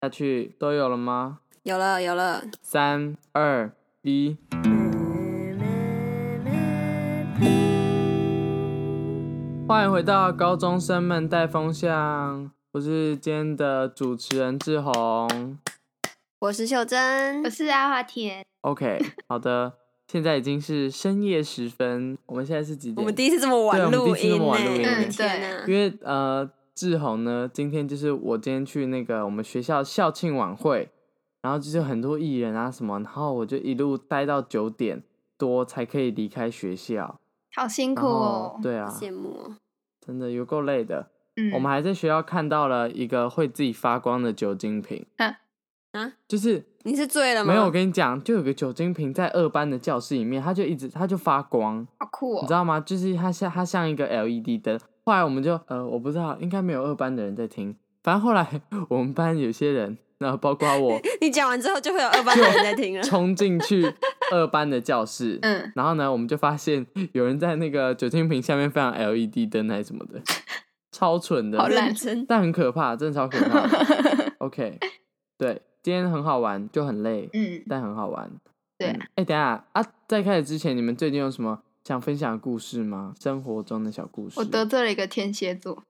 下去都有了吗？ 有了有了。 3、2、1。欢迎回到高中生们带风向，我是今天的主持人志宏， 我是秀珍， 我是阿华田。 OK， 好的，现在已经是深夜时分，我们现在是几点？ 我们第一次这么晚录音呢， 天哪！ 因为志宏呢，今天就是我今天去那个我们学校校庆晚会，然后就是很多艺人啊什么，然后我就一路待到9点多才可以离开学校， 好辛苦哦。 对啊， 羡慕哦， 真的有够累的。我们还在学校看到了一个会自己发光的酒精瓶。就是你是醉了吗？ 没有，我跟你讲，就有个酒精瓶在2班的教室里面，它就发光， 好酷哦！ 你知道吗？就是它像一个 LED 灯。后来我们就我不知道，应该没有2班的人在听。反正后来我们班有些人，然后包括我， 你讲完之后就会有2班的人在听了， 冲进去2班的教室，然后呢，我们就发现有人在那个酒精瓶下面放 LED 灯还是什么的，超蠢的， 好烂， 但很可怕，真的超可怕的。OK， 对。今天很好玩，就很累，但很好玩。 对， 等一下啊，在开始之前，你们最近有什么想分享的故事吗？生活中的小故事。 我得罪了一个天蝎座。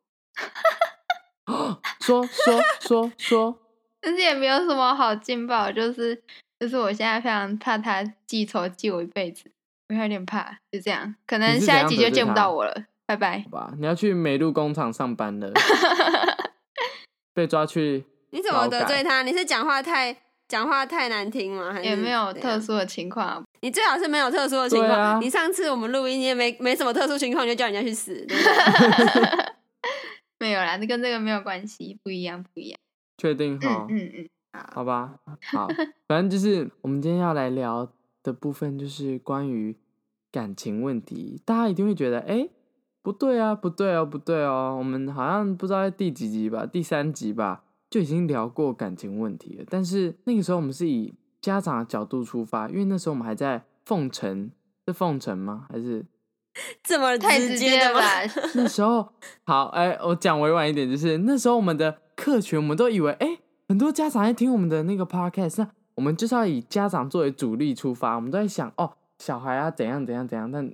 说， 但是也没有什么好劲爆，就是我现在非常怕他记仇记我一辈子，我有点怕，就这样，可能下一集就见不到我了，拜拜。 好吧，你要去美露工厂上班了，被抓去。 你怎么得罪他？你是讲话太难听吗？还是也没有特殊的情况。 你最好是没有特殊的情况。你上次我们录音你也没什么特殊情况，你就叫人家去死，对不对？ 没有啦，这跟这个没有关系，不一样。 确定齁？好吧，好，反正就是我们今天要来聊的部分，就是关于感情问题。大家一定会觉得，不对哦，我们好像不知道在第几集吧，第3集吧。就已经聊过感情问题了，但是那个时候我们是以家长的角度出发，因为那时候我们还在凤城，是凤城吗？还是这么直接的吗？ 那时候好，我讲委婉一点，就是那时候我们的客群，我们都以为很多家长在听我们的那个 podcast， 那我们就是要以家长作为主力出发，我们都在想小孩啊怎样，但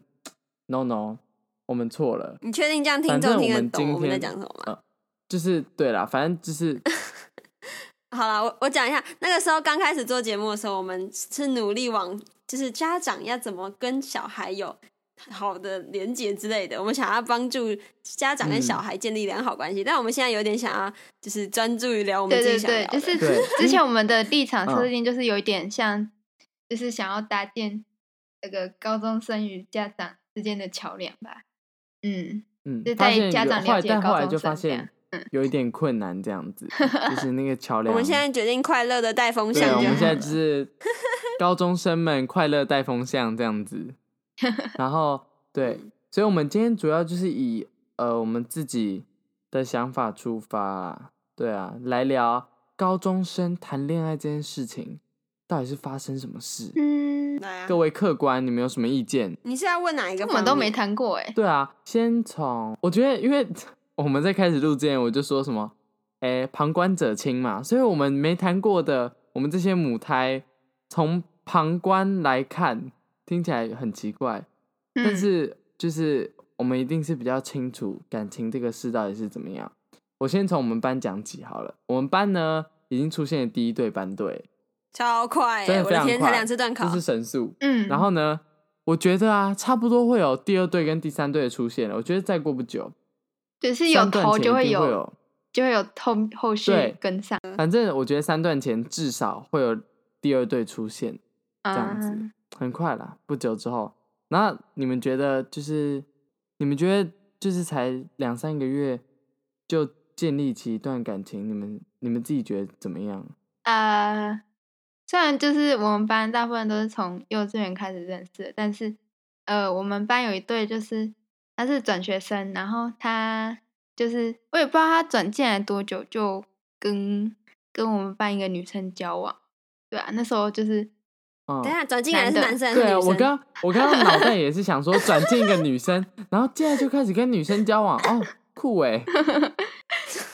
no， 我们错了。 你确定这样听众听得懂我们在讲什么吗？ 就是对啦，反正就是好啦，我讲一下，那个时候刚开始做节目的时候，我们是努力往就是家长要怎么跟小孩有好的连结之类的，我们想要帮助家长跟小孩建立良好关系，但我们现在有点想要就是专注于聊我们自己想聊的。 对，就是之前我们的立场设定就是有一点像，就是想要搭建那个高中生与家长之间的桥梁吧。就带家长了解高中生， 但后来就发现有一点困难，这样子，就是那个桥梁。 我们现在决定快乐的带风向， 我们现在就是高中生们快乐带风向这样子。然后对，所以我们今天主要就是以我们自己的想法出发，对啊，来聊高中生谈恋爱这件事情到底是发生什么事。各位客官，你们有什么意见？ 你是要问哪一个方面？ 我们都没谈过对啊，先从我觉得，因为我们在开始录之前，我就说什么，旁观者清嘛，所以我们没谈过的，我们这些母胎从旁观来看，听起来很奇怪，但是就是我们一定是比较清楚感情这个事到底是怎么样。我先从我们班讲起好了，我们班呢已经出现了第1对班队。 超快真的非常快， 我的天，才2次段考， 这是神速。然后呢，我觉得啊，差不多会有第2队跟第3队的出现了。我觉得再过不久， 就是有头就会有后续跟上。 反正我觉得3段前至少会有第2队出现，这样子很快啦，不久之后。那你们觉得就是才2-3个月就建立起一段感情，你们自己觉得怎么样？ 虽然就是我们班大部分都是从幼稚园开始认识的，但是我们班有一对就是他是转学生，然后他就是我也不知道他转进来多久就跟我们班一个女生交往。对啊，那时候就是等一下转进来是男生还是女生？ 对啊，我刚刚脑袋也是想说转进一个女生，然后接下来就开始跟女生交往，酷耶。对，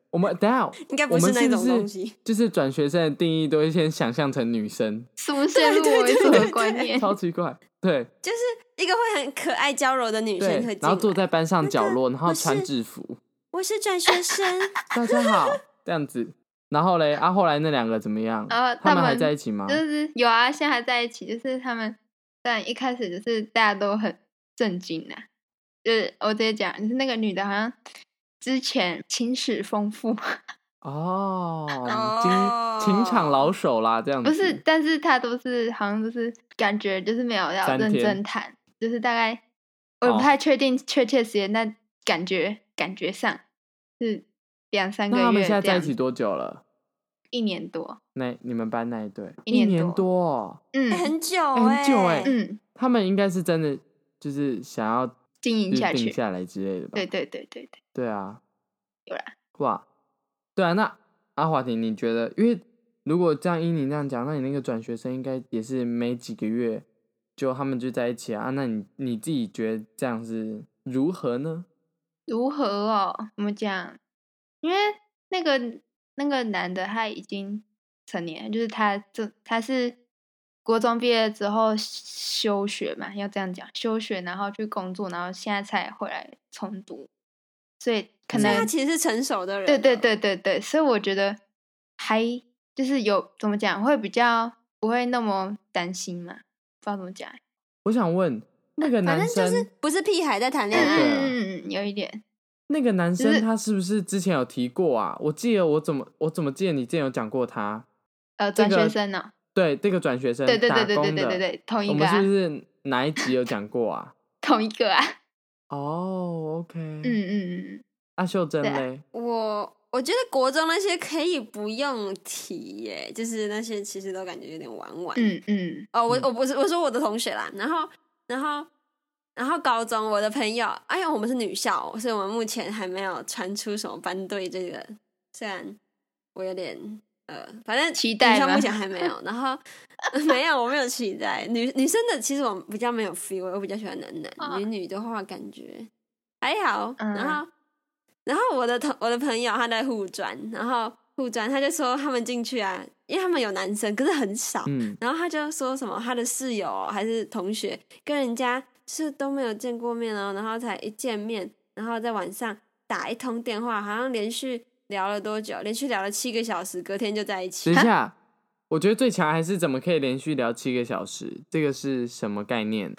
我们等一下应该不是那种东西， 我们是不是就是转学生的定义都会先想象成女生， 什么先入为主的观念， 超奇怪。对， 就是一个会很可爱娇柔的女生会进来， 然后坐在班上角落，然后穿制服， 我是转学生， 大家好，这样子。然后嘞，后来那两个怎么样？他们还在一起吗？ 就是有啊，现在还在一起。就是他们，但一开始就是大家都很震惊啊。就是我直接讲，就是那个女的好像之前情史丰富哦，情场老手啦，这样子。 不是，但是她都是好像就是感觉就是没有要认真谈，就是大概我也不太确定确切时间，但感觉上是2-3个月。 那他们现在在一起多久了 ？1年多。 你们班那一对 1 年多， 很久很久他们应该是真的就是想要经营下去， 定下来之类的吧？ 对。 对啊， 有啦。 哇，对啊，那阿华庭，你觉得，因为如果这样依你这样讲，那你那个转学生应该也是没几个月就他们就在一起啊？那你自己觉得这样是如何呢？ 如何哦？怎么讲？因为那个男的他已经成年，就是他是国中毕业之后休学嘛，要这样讲，休学然后去工作，然后现在才回来重读，所以可能他其实是成熟的人。 对，所以我觉得还就是有怎么讲会比较不会那么担心嘛，不知道怎么讲。 我想问那个男生， 反正就是不是屁孩在谈恋爱， 有一点。 那个男生他是不是之前有提过啊？我记得我怎么记得你之前有讲过他？ 转学生哦。 对，这个转学生， 对，同一个。 我们是不是哪一集有讲过啊？ 同一个啊。 哦，OK。阿秀珍嘞？ 我觉得国中那些可以不用提耶，就是那些其实都感觉有点玩。我说我的同学啦，然后高中我的朋友，因为我们是女校，所以我们目前还没有传出什么班队这个，虽然我有点反正期待， 女校目前还没有，然后没有，我没有期待女生的，其实我比较没有 feel， 我比较喜欢男女的话感觉还好，然后我的朋友他在护专，然后护专他就说他们进去啊，因为他们有男生，可是很少，然后他就说什么他的室友还是同学跟人家是都没有见过面哦，然后才一见面，然后在晚上打一通电话，好像连续聊了多久？连续聊了7个小时，隔天就在一起。 等一下，我觉得最强还是怎么可以连续聊7个小时？这个是什么概念？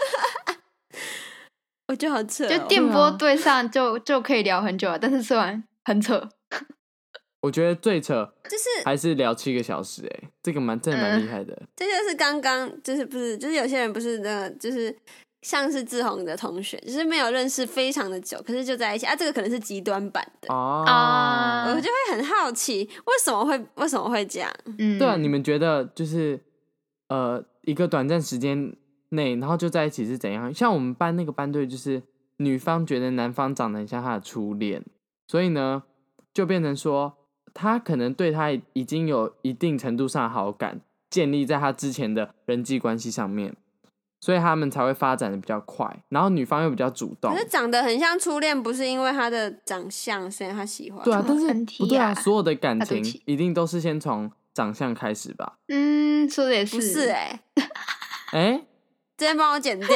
我觉得好扯， 就电波对上就可以聊很久了，但是虽然很扯。 我觉得最扯就是还是聊7个小时，这个真的蛮厉害的。 这就是刚刚就是不是就是有些人不是那个就是像是志宏的同学，就是没有认识非常的久，可是就在一起啊，这个可能是极端版的我就会很好奇为什么会这样。 对啊，你们觉得就是一个短暂时间内，然后就在一起是怎样？像我们班那个班队，就是女方觉得男方长得很像她的初恋，所以呢，就变成说他可能对他已经有一定程度上的好感，建立在他之前的人际关系上面，所以他们才会发展的比较快。然后女方又比较主动， 可是长得很像初恋，不是因为他的长相，所以他喜欢。 对啊，但是不对啊，所有的感情一定都是先从长相开始吧？ 说的也是， 不是这边帮我剪掉。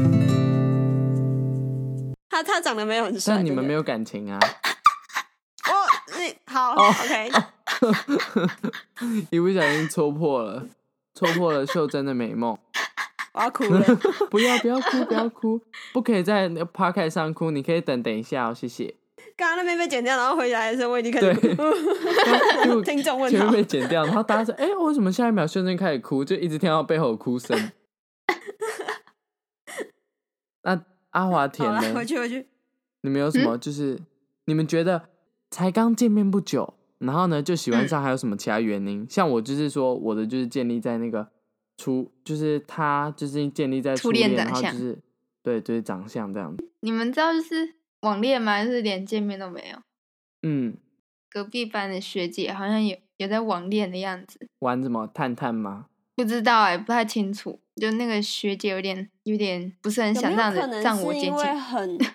他长得没有很帅， 但你们没有感情啊。 好，OK。 一不小心戳破了秀珍的美梦。 我要哭了。 不要哭，不可以在那个 podcast 上哭，你可以等一下谢谢。 刚刚那边被剪掉，然后回来的时候我已经开始哭。听众问前面被剪掉，然后大家说为什么下一秒秀珍开始哭，就一直听到背后有哭声。那阿华田呢？ 回去。 你们有什么就是你们觉得才刚见面不久，然后呢就喜欢上，还有什么其他原因？像我就是说我的就是建立在那个就是他就是建立在初恋长相，然后就是对，就是长相这样子。 你们知道就是网恋吗？就是连见面都没有。隔壁班的学姐好像有在网恋的样子。 玩什么探吗？ 不知道不太清楚。就那个学姐有点不是很想让我接近。 因为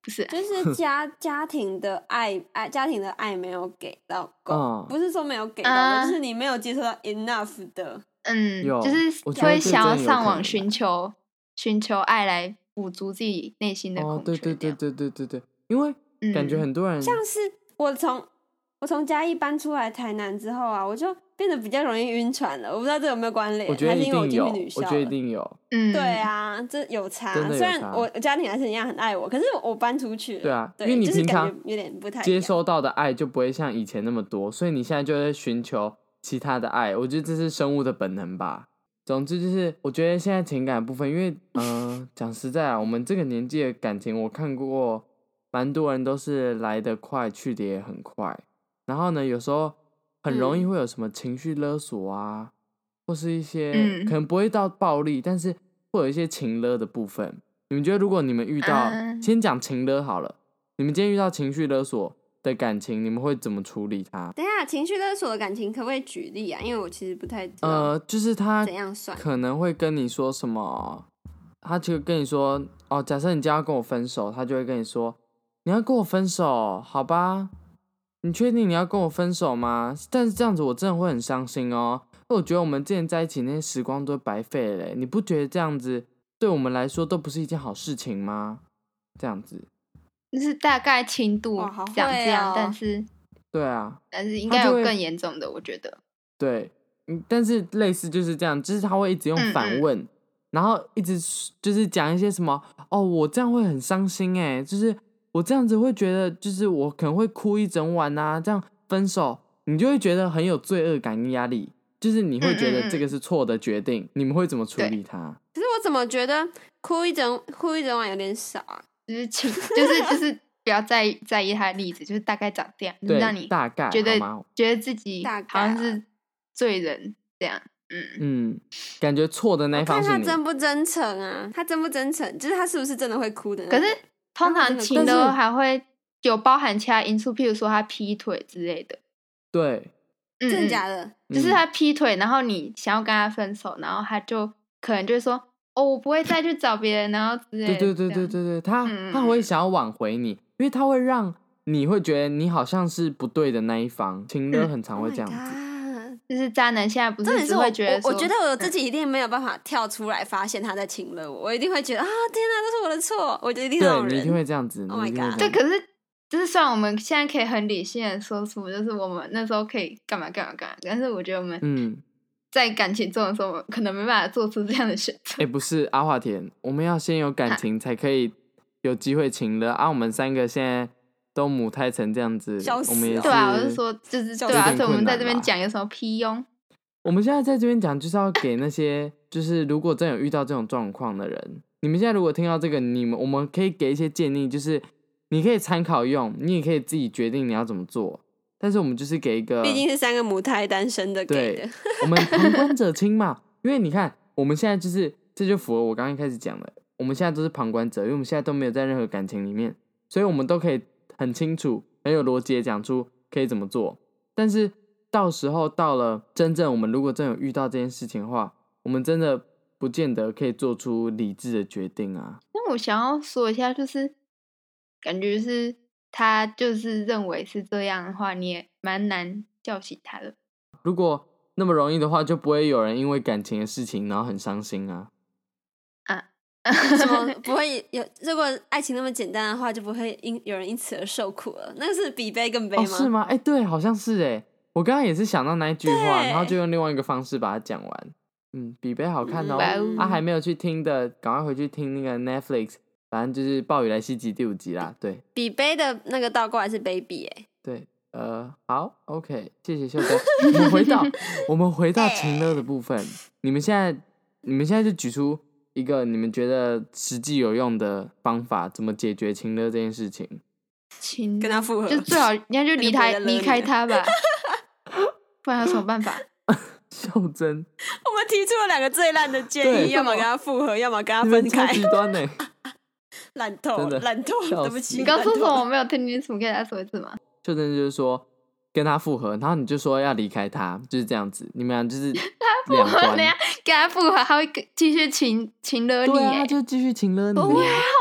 不是、啊， 就是家庭的爱没有给到够，不是说没有给到，就是你没有接受到 enough 的。 就是会想要上网寻求爱来补足自己内心的空缺。 对，因为感觉很多人像是我从嘉义搬出来台南之后啊，我就变得比较容易晕船了。我不知道这有没有关联， 我觉得一定有， 还是因为我进去女校了。 我觉得一定有。 对啊，这有差。虽然我家庭还是一样很爱我，可是我搬出去了。 对啊， 对， 因为你平常有点不太接收到的爱就不会像以前那么多，所以你现在就会寻求其他的爱。我觉得这是生物的本能吧。总之就是，我觉得现在情感的部分，因为讲实在啊，我们这个年纪的感情，我看过蛮多人都是来得快，去得也很快。然后呢，有时候很容易会有什么情绪勒索啊，或是一些可能不会到暴力，但是会有一些情勒的部分。你们觉得，如果你们遇到，先讲情勒好了，你们今天遇到情绪勒索的感情，你们会怎么处理它？ 等一下，情绪勒索的感情可不可以举例啊？因为我其实不太知道。 就是他怎样算？ 可能会跟你说什么？他就跟你说，假设你今天要跟我分手，他就会跟你说，你要跟我分手，好吧？你确定你要跟我分手吗？但是这样子我真的会很伤心哦，因为我觉得我们之前在一起那些时光都白费了。你不觉得这样子对我们来说都不是一件好事情吗？这样子， 就是大概轻度讲这样，但是对啊， 但是应该有更严重的，我觉得。 对，但是类似就是这样，就是他会一直用反问，然后一直就是讲一些什么我这样会很伤心就是我这样子会觉得，就是我可能会哭一整晚啊，这样分手，你就会觉得很有罪恶感跟压力，就是你会觉得这个是错的决定，你们会怎么处理它？ 可是我怎么觉得哭一整晚有点少啊？ 就是不要在意他的例子，就是大概长这样，就是让你大概觉得自己好像是罪人这样。 感觉错的那一方是你。 看他真不真诚啊？他真不真诚？就是他是不是真的会哭的？ 可是通常情勒还会有包含其他因素，譬如说他劈腿之类的。 对， 真的假的？ 就是他劈腿，然后你想要跟他分手，然后他就可能就会说我不会再去找别人，然后之类的。 对，他会想要挽回你，因为他会让你会觉得你好像是不对的那一方。情勒很常会这样子。 就是渣男现在不是只会觉得我觉得我自己一定没有办法跳出来发现他在情勒我一定会觉得天哪，这是我的错，我就一定那种人。 对，你一定会这样子。 Oh my god！ 对，可是就是虽然我们现在可以很理性的说出，就是我们那时候可以干嘛，但是我觉得我们在感情中的时候，可能没办法做出这样的选择。 不是阿华田，我们要先有感情才可以有机会情勒我们三个现在都母胎成这样子，我们也是。 对啊，我是说，就是对啊，所以我们在这边讲有什么屁用？ 我们现在在这边讲，就是要给那些，就是如果真有遇到这种状况的人，你们现在如果听到这个，我们可以给一些建议，就是你可以参考用，你也可以自己决定你要怎么做。但是我们就是给一个， 毕竟是3个母胎单身的给的， 我们旁观者清嘛。因为你看，我们现在就是这就符合我刚刚一开始讲的，我们现在都是旁观者，因为我们现在都没有在任何感情里面，所以我们都可以很清楚、很有逻辑的讲出可以怎么做。但是到时候到了真正我们如果真有遇到这件事情的话，我们真的不见得可以做出理智的决定啊。 那我想要说一下，就是感觉是他就是认为是这样的话，你也蛮难叫醒他的。 如果那么容易的话，就不会有人因为感情的事情然后很伤心啊。 什么不会有？如果爱情那么简单的话，就不会有人因此而受苦了。那个是比悲更悲吗？ 是吗？对，好像是我刚刚也是想到那一句话，然后就用另外一个方式把它讲完。比悲好看哦。还没有去听的，赶快回去听那个 Netflix， 反正就是《暴雨来袭击》第5集啦。对， 比悲的那个倒过来是 baby 对，好 ，OK， 谢谢秀哥。我们回到情勒的部分，你们现在就举出一个你们觉得实际有用的方法，怎么解决情勒这件事情？ 跟他复合， 就最好人家就离开他吧，不然有什么办法？ 秀珍， 我们提出了2个最烂的建议，要么跟他复合，要么跟他分开。 超极端呢， 烂透，对不起。 你刚说什么？我没有听清楚，可以再说一次吗？ 秀珍就是说跟他复合，然后你就说要离开他，就是这样子，你们俩就是两端。 跟他复合，他会继续情勒你。 对啊，就继续情勒你。 不会好吗？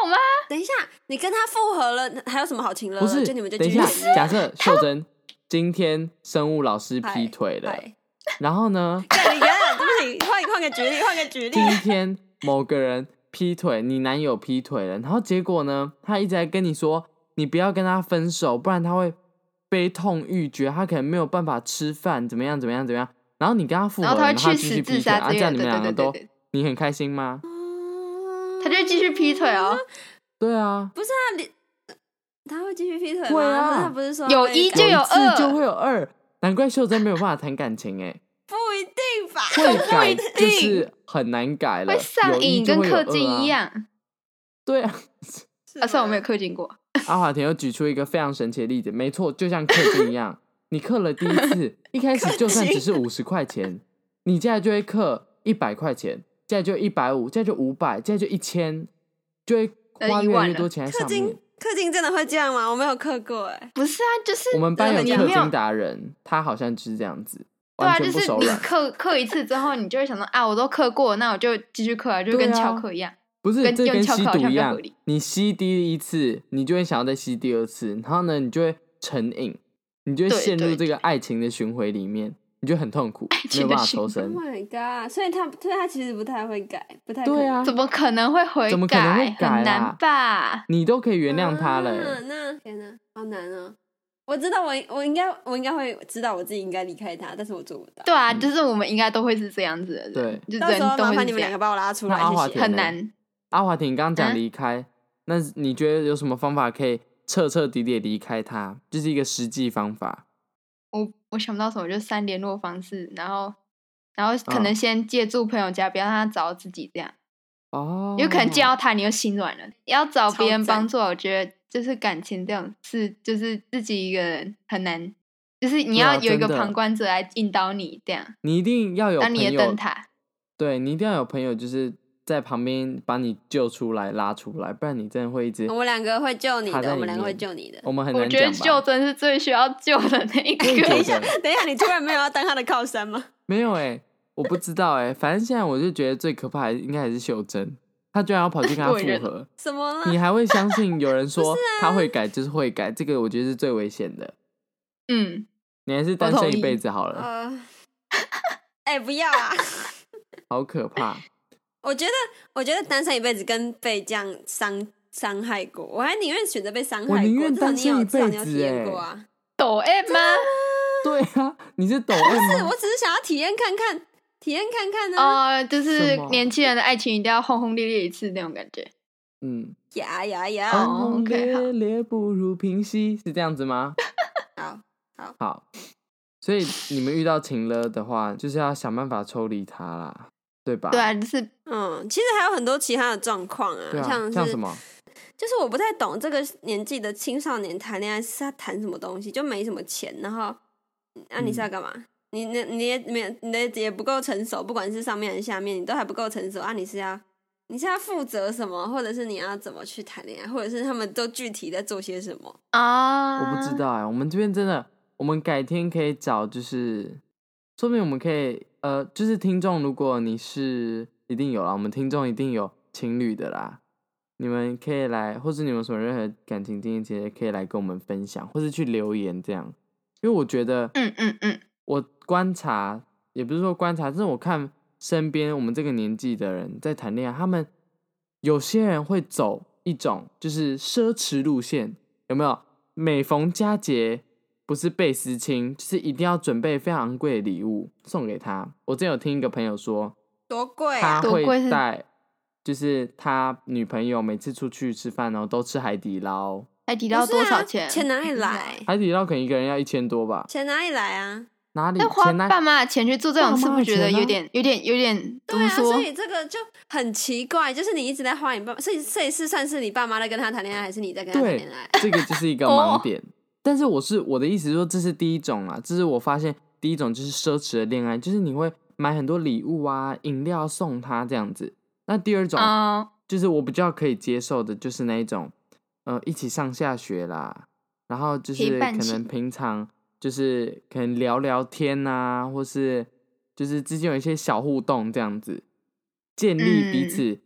等一下，你跟他复合了，还有什么好情了？ 不是， 就你们就等一下，假设秀珍今天生物老师劈腿了，然后呢？ 你看，对不起，换个举例， 今天某个人劈腿，你男友劈腿了，然后结果呢，他一直在跟你说，你不要跟他分手，不然他会悲痛欲绝，他可能没有办法吃饭，怎么样。然后你跟他复合了，然后他继续劈腿，这样你们两个都，你很开心吗？ 他就继续劈腿哦。 对啊。 不是啊，他会继续劈腿吗？ 会啊。 他不是说有一就有二， 就会有二，难怪秀珍没有办法谈感情哎。 不一定吧？ 会改就是很难改了， 会上瘾，跟氪金一样。 对啊。 虽然我没有氪金过。 阿华田又举出一个非常神奇的例子，没错，就像氪金一样，你氪了第一次，一开始就算只是50块钱，你接下来就会氪100块钱，接下来就150，接下来就500，接下来就1000，就会花越来越多钱在上面。 氪金真的会这样吗？我没有氪过哎。 不是啊，就是我们班有氪金达人，他好像就是这样子，完全不手软。 就是你氪一次之后，你就会想到啊，我都氪过，那我就继续氪啊，就跟翘课一样。 不是，这跟吸毒一样，你吸第一次，你就会想要再吸第二次，然后呢，你就会成瘾，你就会陷入这个爱情的循环里面，你就很痛苦，没有办法抽身。 Oh my god！ 所以他其实不太会改，不太对啊， 怎么可能会悔改？ 怎么可能会改啊？ 很难吧？ 你都可以原谅他了。 那天哪，好难啊！我知道我应该会知道我自己应该离开他，但是我做不到。 对啊，就是我们应该都会是这样子的人。 对， 到时候麻烦你们两个把我拉出来，谢谢。 很难。 阿华田刚刚讲离开，那你觉得有什么方法可以彻彻底底离开他？就是一个实际方法。 我想不到什么，就删联络方式，然后可能先借住朋友家，不要让他找到自己这样。 哦。 有可能见到他你就心软了，要找别人帮助。我觉得就是感情这种事，就是自己一个人很难，就是你要有一个旁观者来引导你这样。 你一定要有朋友， 当你的灯塔。 对，你一定要有朋友，就是在旁边把你救出来、拉出来，不然你真的会一直。 我们两个会救你的，我们两个会救你的。 我们很难讲吧。 我觉得秀珍是最需要救的那一个。 等一下，你突然没有要当他的靠山吗？ 没有我不知道反正现在我就觉得最可怕的应该还是秀珍，他居然要跑去跟他复合， 什么了？ 你还会相信有人说他会改就是会改？这个我觉得是最危险的。你还是单身一辈子好了。 不要啊！ 好可怕。 我觉得单身一辈子跟被这样伤害过，我还宁愿选择被伤害过。 我宁愿单身一辈子抖 M 吗？ 对啊，你是抖 M 吗？ 不是，我只是想要体验看看呢。 就是年轻人的爱情一定要轰轰烈烈一次那种感觉。 呀！ 轰轰烈烈不如平息，是这样子吗？好。所以你们遇到情了的话，就是要想办法抽离他啦。对吧？ 对啊，就是其实还有很多其他的状况啊， 像什么？ 就是我不太懂这个年纪的青少年谈恋爱是要谈什么东西，就没什么钱，然后你是要干嘛？你也不够成熟，不管是上面还是下面，你都还不够成熟啊！你是要负责什么，或者是你要怎么去谈恋爱，或者是他们都具体在做些什么啊？ 我不知道我们这边真的，我们改天可以找，就是说明我们可以。就是听众，如果你是一定有啦，我们听众一定有情侣的啦，你们可以来，或是你们有什么任何感情经验，其实可以来跟我们分享，或是去留言这样。因为我觉得，我观察也不是说观察，但是我看身边我们这个年纪的人在谈恋爱，他们有些人会走一种就是奢侈路线，有没有？每逢佳节。不是倍思亲，就是一定要准备非常昂贵的礼物送给他。我之前有听一个朋友说， 多贵啊！ 他会带，就是他女朋友每次出去吃饭都吃海底捞。 海底捞多少钱？ 钱哪里来？ 海底捞可能一个人要1000多吧。 钱哪里来啊？ 哪里？ 那花爸妈的钱去做这种事，不觉得有点怎么说？ 所以这个就很奇怪，就是你一直在花你爸妈，所以这一次算是你爸妈在跟他谈恋爱，还是你在跟他谈恋爱？ 这个就是一个盲点。但是我的意思是说，这是第一种啦，这是我发现第一种就是奢侈的恋爱，就是你会买很多礼物啊、饮料送他这样子。那第二种就是我比较可以接受的，就是那一种一起上下学啦，然后就是可能平常就是可能聊聊天啊，或是就是之间有一些小互动这样子，建立彼此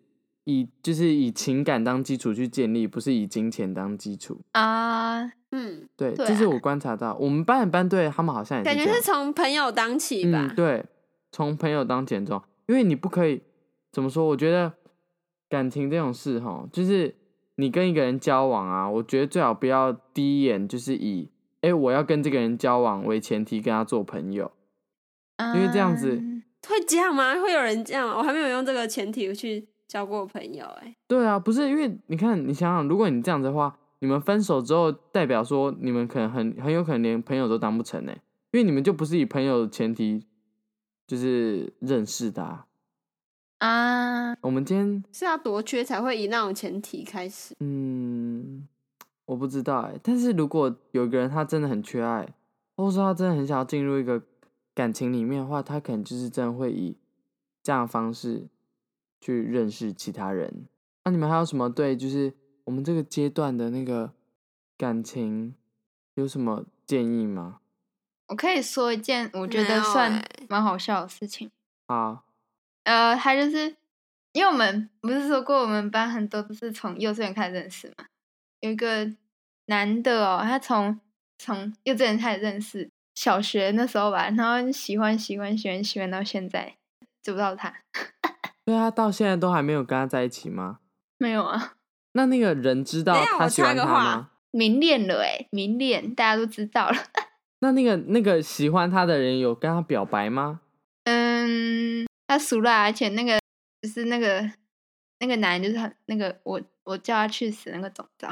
就是以情感当基础去建立，不是以金钱当基础啊。 对， 对啊， 这是我观察到，我们班的班队他们好像也是这样， 感觉是从朋友当起吧。 对，从朋友当减重，因为你不可以怎么说？我觉得感情这种事齁，就是你跟一个人交往啊，我觉得最好不要第一眼就是以我要跟这个人交往为前提跟他做朋友，因为这样子会这样吗？会有人这样吗？我还没有用这个前提去交过朋友对啊，不是因为你看，你想想，如果你这样子的话，你们分手之后，代表说你们可能很有可能连朋友都当不成因为你们就不是以朋友的前提就是认识的啊。我们今天是要多缺才会以那种前提开始？ 我不知道但是如果有一个人他真的很缺爱，或者说他真的很想要进入一个感情里面的话，他可能就是真的会以这样的方式去认识其他人。那你们还有什么对就是我们这个阶段的那个感情有什么建议吗？ 我可以说一件我觉得算蛮好笑的事情。 好， 他就是因为我们不是说过我们班很多都是从幼稚园开始认识嘛，有一个男的他从幼稚园开始认识，小学那时候吧，然后喜欢到现在追不到他。 对啊，到现在都还没有跟他在一起吗？ 没有啊。 那个人知道他喜欢他吗？ 明恋了明恋，大家都知道了。 那个喜欢他的人有跟他表白吗？ 他熟了，而且就是那个男就是很那个我叫他去死那个总召。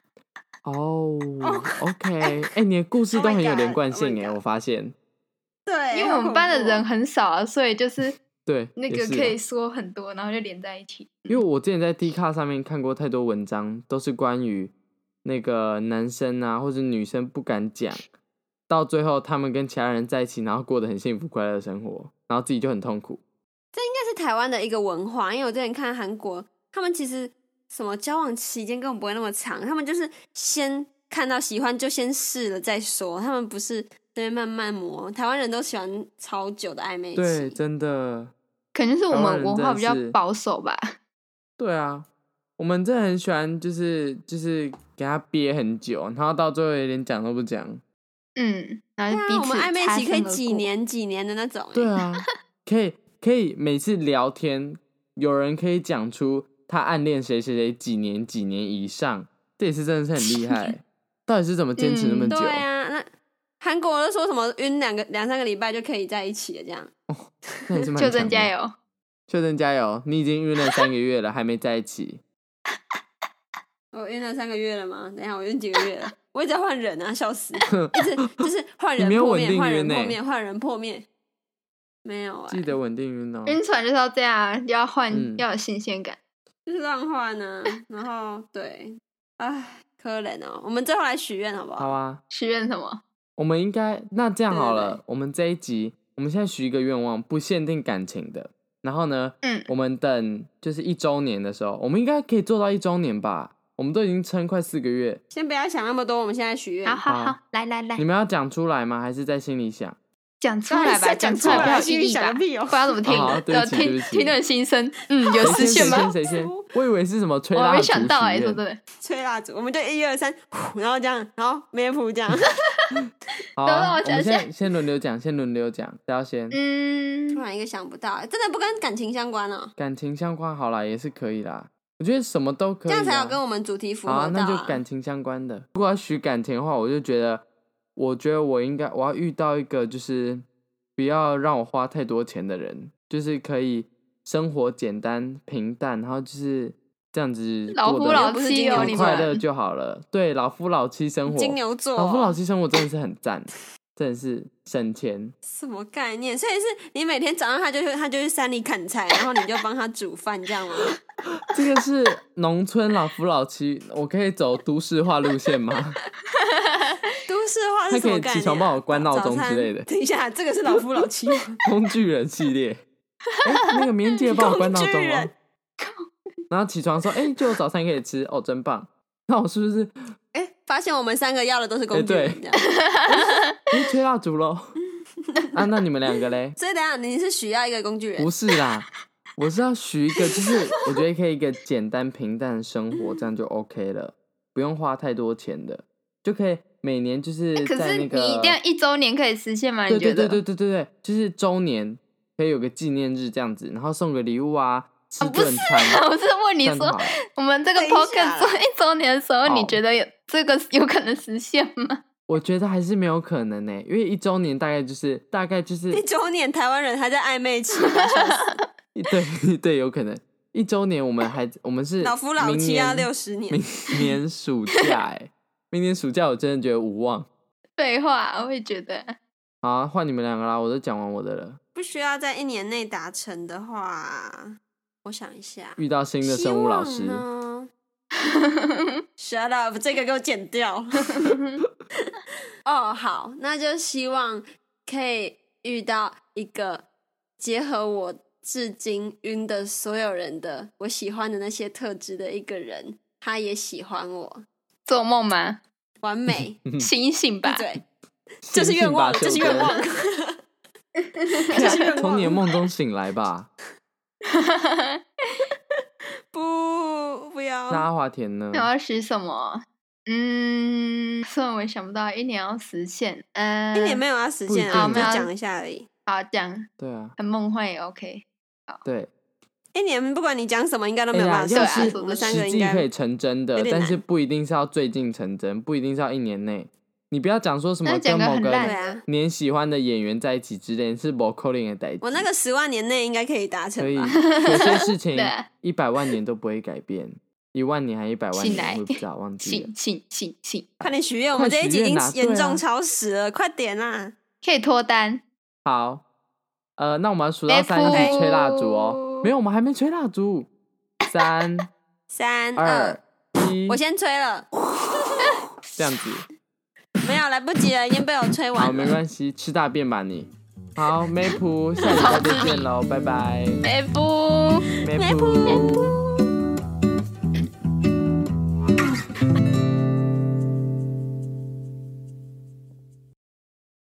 OK， 你的故事都很有连贯性我发现。 对， 因为我们班的人很少啊，所以就是对那个可以说很多，然后就连在一起。 因为我之前在 Dcard 上面看过太多文章，都是关于那个男生啊或者女生不敢讲，到最后他们跟其他人在一起，然后过得很幸福快乐的生活，然后自己就很痛苦。 这应该是台湾的一个文化，因为我之前看韩国，他们其实什么交往期间根本不会那么长，他们就是先看到喜欢就先试了再说，他们不是在那边慢慢磨。台湾人都喜欢超久的暧昧期。 对，真的肯定是我们文化比较保守吧。 对啊，我们真的很喜欢就是给他憋很久，然后到最后连讲都不讲。 然后彼此我们暧昧期可以几年的那种。 对啊，可以每次聊天有人可以讲出他暗恋谁几年以上，这也是真的是很厉害。到底是怎么坚持那么久？ 对啊，那韩国都说什么晕2-3个礼拜就可以在一起了这样。 那也是蛮强的。 秀珍加油， 秀珍加油！你已经晕了3个月了，还没在一起。 我晕了3个月了吗？等一下，我晕几个月了？我一直在换人啊，笑死！一直就是换人破灭，换人破灭，换人破灭。没有记得稳定晕哦。 晕船就是要这样，要换，要有新鲜感， 就是乱换啊。然后对，可怜哦。我们最后来许愿好不好？ 好啊。 许愿什么？ 我们应该那这样好了， 对我们这一集我们现在许一个愿望，不限定感情的。然后呢，我们等就是1周年的时候，我们应该可以做到1周年吧？我们都已经撑快4个月。 先不要想那么多，我们现在许愿。 好，来。 你们要讲出来吗？还是在心里想？ 讲出来吧，讲出来不要有意义吧，不知道怎么听，听得很心声。有实现吗？ 谁先？我以为是什么吹蜡烛。 我没想到说真的， 吹蜡烛，我们就1、2、3，然后这样，然后没谱这样。 好啊，我们先轮流讲，谁要先？ 突然一个想不到，真的不跟感情相关哦。 感情相关好啦，也是可以啦。我觉得什么都可以， 这样才有跟我们主题符合到。 好，那就感情相关的。如果要许感情的话，我觉得我要遇到一个就是不要让我花太多钱的人，就是可以生活简单平淡，然后就是这样子老夫老妻很快乐就好了。对，老夫老妻生活， 金牛座， 老夫老妻生活真的是很赞，真的是省钱。 什么概念？所以是你每天早上他就去山里砍柴，然后你就帮他煮饭这样吗？ 这个是农村老夫老妻，我可以走都市化路线吗？ 都市化是什么概念？ 他可以起床帮我关闹钟之类的。 等一下，这个是老夫老妻工具人系列。那个明天记得帮我关闹钟哦。然后起床说：“就有早餐可以吃哦，真棒。”那我是不是？ 发现我们3个要的都是工具人，这样。 吹蜡烛咯。那你们2个嘞？ 所以等一下你是需要一个工具人？ 不是啦， 我是要许一个，就是我觉得可以一个简单平淡的生活，这样就 OK 了，不用花太多钱的，就可以每年就是在那个。 可是你一定要1周年可以实现吗？ 对你觉得？ 对，就是周年可以有个纪念日这样子，然后送个礼物啊，吃不是顿餐。 我是问你说，我们这个 podcast 做1周年的时候，你觉得这个有可能实现吗？ 我觉得还是没有可能呢，因为1周年大概就是 1周年，台湾人还在暧昧期。 对，有可能1周年我们是老夫老妻啊，60年。 明年暑假明年暑假我真的觉得无望。 废话，我也觉得。 好，换你们2个啦，我都讲完我的了。 不需要在1年内达成的话，我想一下。 遇到新的生物老师呢？Shut up， 这个给我剪掉。好，那就希望可以遇到一个结合我至今晕的所有人的我喜欢的那些特质的一个人，他也喜欢我。 做梦吗？ 完美。 醒醒吧。 对，这是愿望，这是愿望。 从你的梦中醒来吧。 不要。 那阿华田呢？ 那我要许什么？虽然我也想不到1年要实现。 1年没有要实现啊，我们就讲一下而已。 好，讲。 对啊。 很梦幻也 OK。好。 对。 1年不管你讲什么，应该都没有办法实现。 我们3个应该可以成真的，但是不一定是要最近成真，不一定是要1年内。你不要讲说什么跟某个年喜欢的演员在一起之类，是不可能的代志。 我那个10万年内应该可以达成吧？ 可以，有些事情100万年都不会改变，1万年还100万年，我不知道，忘记了。 信， 快点许愿！我们这一集已经严重超时了，快点啦！ 可以脱单。 好，那我们数到3一起吹蜡烛哦。没有，我们还没吹蜡烛。3、2、1， 我先吹了。 这样子。 没有，来不及了，已经被我吹完了。 好，没关系，吃大便吧你。好，梅普，下礼拜再见喽，拜拜。 梅普。